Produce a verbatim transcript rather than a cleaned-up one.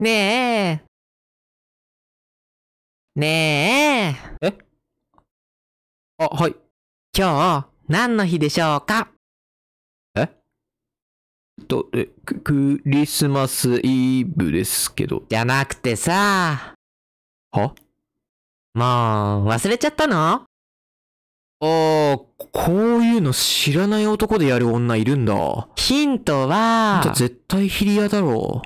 ねえ。ねえ。 えあ、はい。 今日、何の日でしょうか？ えと、え、ク、クリスマスイブですけど。 じゃなくてさ。 はもう、忘れちゃったの？ あー、こういうの知らない男でやる女いるんだ。 ヒントは、 あんた絶対ヒリアだろ。